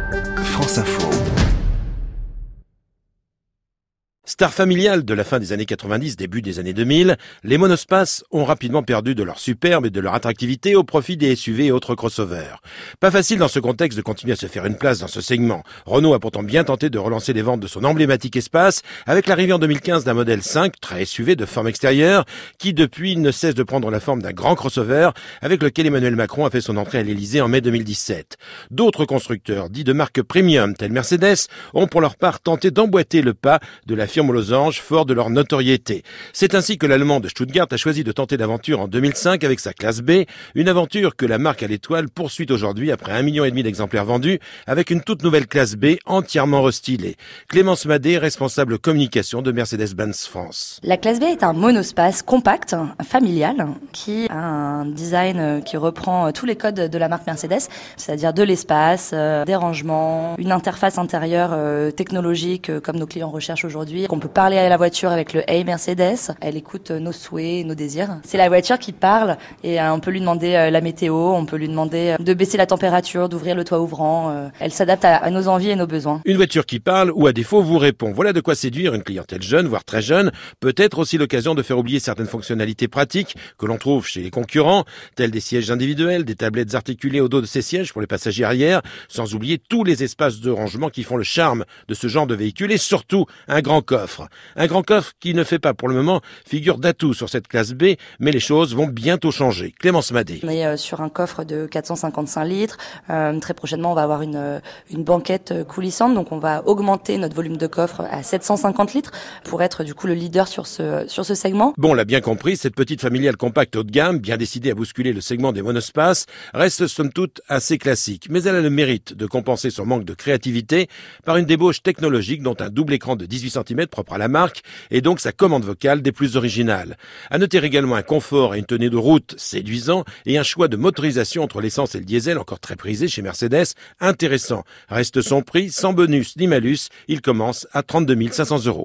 France Info. Star familiale de la fin des années 90, début des années 2000, les monospaces ont rapidement perdu de leur superbe et de leur attractivité au profit des SUV et autres crossovers. Pas facile dans ce contexte de continuer à se faire une place dans ce segment. Renault a pourtant bien tenté de relancer les ventes de son emblématique Espace avec l'arrivée en 2015 d'un modèle 5 très SUV de forme extérieure qui depuis ne cesse de prendre la forme d'un grand crossover avec lequel Emmanuel Macron a fait son entrée à l'Elysée en mai 2017. D'autres constructeurs dits de marque premium tels Mercedes ont pour leur part tenté d'emboîter le pas de la firme aux losanges, fort de leur notoriété. C'est ainsi que l'Allemand de Stuttgart a choisi de tenter l'aventure en 2005 avec sa classe B, une aventure que la marque à l'étoile poursuit aujourd'hui après 1,5 million d'exemplaires vendus avec une toute nouvelle classe B entièrement restylée. Clémence Madé, responsable communication de Mercedes-Benz France. La classe B est un monospace compact, familial, qui a un design qui reprend tous les codes de la marque Mercedes, c'est-à-dire de l'espace, des rangements, une interface intérieure technologique comme nos clients recherchent aujourd'hui. On peut parler à la voiture avec le Hey Mercedes, elle écoute nos souhaits, nos désirs. C'est la voiture qui parle et on peut lui demander la météo, on peut lui demander de baisser la température, d'ouvrir le toit ouvrant. Elle s'adapte à nos envies et nos besoins. Une voiture qui parle ou à défaut vous répond. Voilà de quoi séduire une clientèle jeune, voire très jeune. Peut-être aussi l'occasion de faire oublier certaines fonctionnalités pratiques que l'on trouve chez les concurrents, tels des sièges individuels, des tablettes articulées au dos de ces sièges pour les passagers arrière, sans oublier tous les espaces de rangement qui font le charme de ce genre de véhicule et surtout un grand coffre. Un grand coffre qui ne fait pas pour le moment figure d'atout sur cette classe B, mais les choses vont bientôt changer. Clémence Madé. On est sur un coffre de 455 litres. Très prochainement, on va avoir une banquette coulissante, donc on va augmenter notre volume de coffre à 750 litres pour être du coup le leader sur ce segment. Bon, on l'a bien compris, cette petite familiale compacte haut de gamme, bien décidée à bousculer le segment des monospaces, reste somme toute assez classique. Mais elle a le mérite de compenser son manque de créativité par une débauche technologique dont un double écran de 18 cm propre à la marque et donc sa commande vocale des plus originales. À noter également un confort et une tenue de route séduisant et un choix de motorisation entre l'essence et le diesel encore très prisé chez Mercedes, intéressant. Reste son prix, sans bonus ni malus, il commence à 32 500 €.